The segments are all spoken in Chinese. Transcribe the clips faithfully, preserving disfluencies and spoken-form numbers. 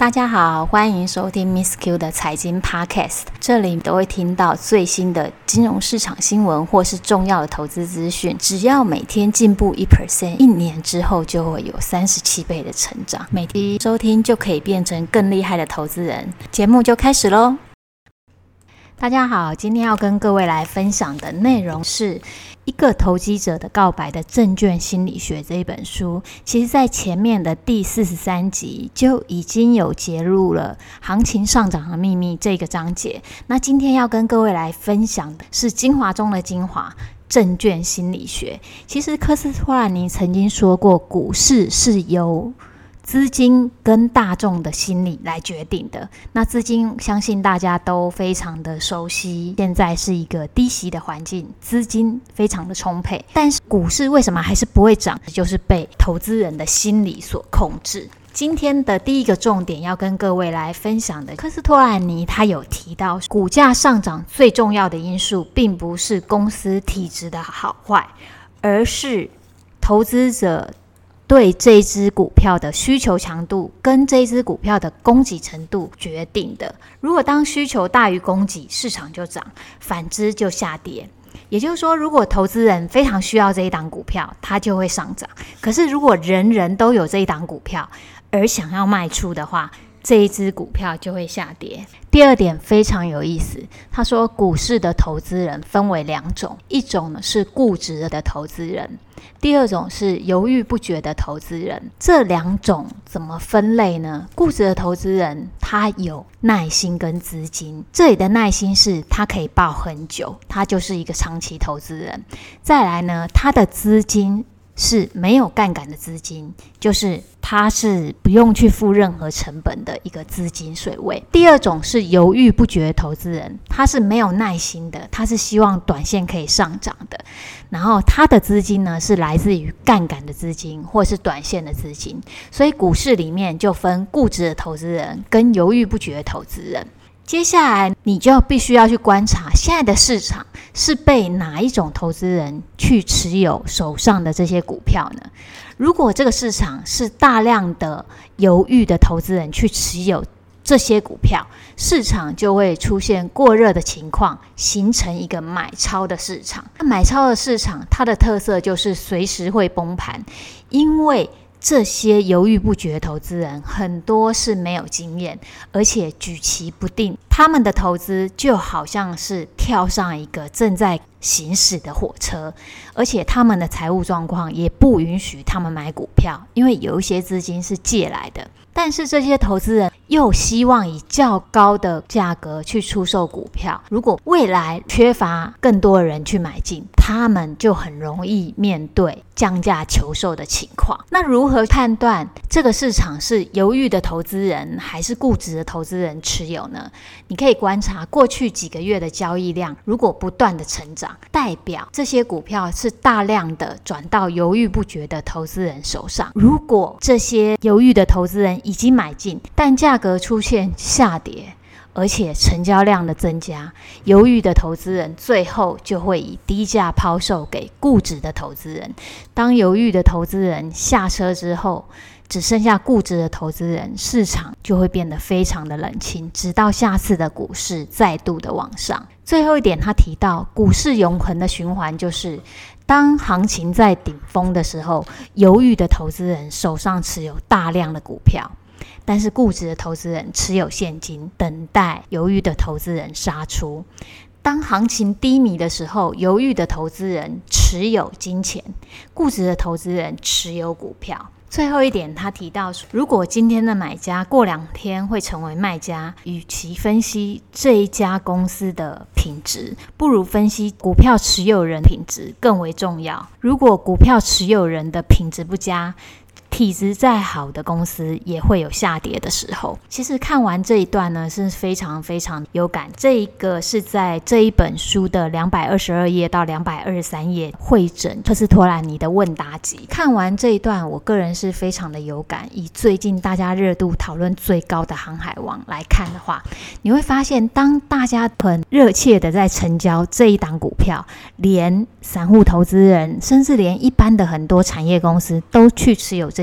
大家好，欢迎收听 Miss Q 的财经 Podcast， 这里都会听到最新的金融市场新闻或是重要的投资资讯。只要每天进步 百分之一， 一年之后就会有三十七倍的成长。每天收听就可以变成更厉害的投资人。节目就开始咯。大家好，今天要跟各位来分享的内容是一个投机者的告白的证券心理学这一本书。其实在前面的第四十三集就已经有揭露了行情上涨的秘密这个章节。那今天要跟各位来分享的是精华中的精华，证券心理学。其实科斯托兰尼曾经说过，股市是由资金跟大众的心理来决定的。那资金相信大家都非常的熟悉，现在是一个低息的环境，资金非常的充沛，但是股市为什么还是不会涨？就是被投资人的心理所控制。今天的第一个重点要跟各位来分享的，科斯托兰尼他有提到，股价上涨最重要的因素并不是公司体质的好坏，而是投资者对这支股票的需求强度跟这支股票的供给程度决定的。如果当需求大于供给，市场就涨，反之就下跌。也就是说，如果投资人非常需要这一档股票，它就会上涨。可是如果人人都有这一档股票而想要卖出的话，这一支股票就会下跌。第二点非常有意思，他说股市的投资人分为两种，一种呢是固执的投资人，第二种是犹豫不决的投资人。这两种怎么分类呢？固执的投资人他有耐心跟资金，这里的耐心是他可以抱很久，他就是一个长期投资人。再来呢，他的资金是没有杠杆的资金，就是它是不用去付任何成本的一个资金水位。第二种是犹豫不决的投资人，他是没有耐心的，他是希望短线可以上涨的，然后他的资金呢是来自于杠杆的资金或是短线的资金。所以股市里面就分固执的投资人跟犹豫不决的投资人。接下来你就必须要去观察现在的市场是被哪一种投资人去持有手上的这些股票呢？如果这个市场是大量的犹豫的投资人去持有这些股票，市场就会出现过热的情况，形成一个买超的市场。买超的市场它的特色就是随时会崩盘，因为这些犹豫不决的投资人很多是没有经验，而且举棋不定，他们的投资就好像是跳上一个正在行驶的火车，而且他们的财务状况也不允许他们买股票，因为有一些资金是借来的。但是这些投资人又希望以较高的价格去出售股票，如果未来缺乏更多的人去买进，他们就很容易面对降价求售的情况。那如何判断这个市场是犹豫的投资人还是固执的投资人持有呢？你可以观察过去几个月的交易量，如果不断的成长，代表这些股票是大量的转到犹豫不决的投资人手上。如果这些犹豫的投资人已经买进，但价格出现下跌，而且成交量的增加，犹豫的投资人最后就会以低价抛售给固执的投资人。当犹豫的投资人下车之后，只剩下固执的投资人，市场就会变得非常的冷清，直到下次的股市再度的往上。最后一点他提到，股市永恒的循环就是当行情在顶峰的时候，犹豫的投资人手上持有大量的股票，但是固执的投资人持有现金，等待犹豫的投资人杀出。当行情低迷的时候，犹豫的投资人持有金钱，固执的投资人持有股票。最后一点他提到，如果今天的买家过两天会成为卖家，与其分析这一家公司的品质，不如分析股票持有人品质更为重要。如果股票持有人的品质不佳，体质再好的公司也会有下跌的时候。其实看完这一段呢，是非常非常有感。这一个是在这一本书的两百二十二页到两百二十三页汇整科斯托兰尼的问答集。看完这一段，我个人是非常的有感。以最近大家热度讨论最高的航海王来看的话，你会发现当大家很热切的在成交这一档股票，连散户投资人甚至连一般的很多产业公司都去持有这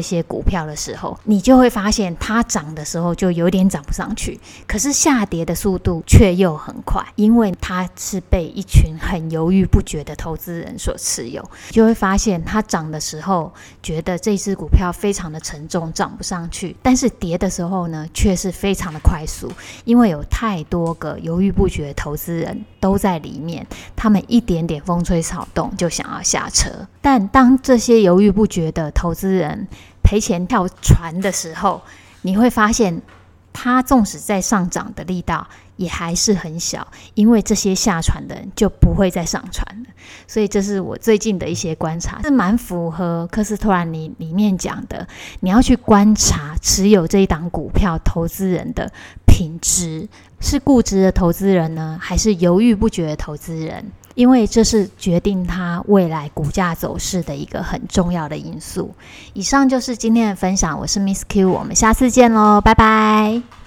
些股票的时候，你就会发现它涨的时候就有点涨不上去，可是下跌的速度却又很快，因为它是被一群很犹豫不决的投资人所持有。就会发现它涨的时候觉得这只股票非常的沉重，涨不上去，但是跌的时候呢却是非常的快速，因为有太多个犹豫不决的投资人都在里面，他们一点点风吹草动就想要下车。但当这些犹豫不决的投资人赔钱跳船的时候，你会发现他纵使在上涨的力道也还是很小，因为这些下船的人就不会再上船了。所以这是我最近的一些观察，是蛮符合科斯托兰尼里面讲的，你要去观察持有这一档股票投资人的品质，是固执的投资人呢，还是犹豫不决的投资人？因为这是决定它未来股价走势的一个很重要的因素。以上就是今天的分享，我是 Miss Q， 我们下次见咯，拜拜。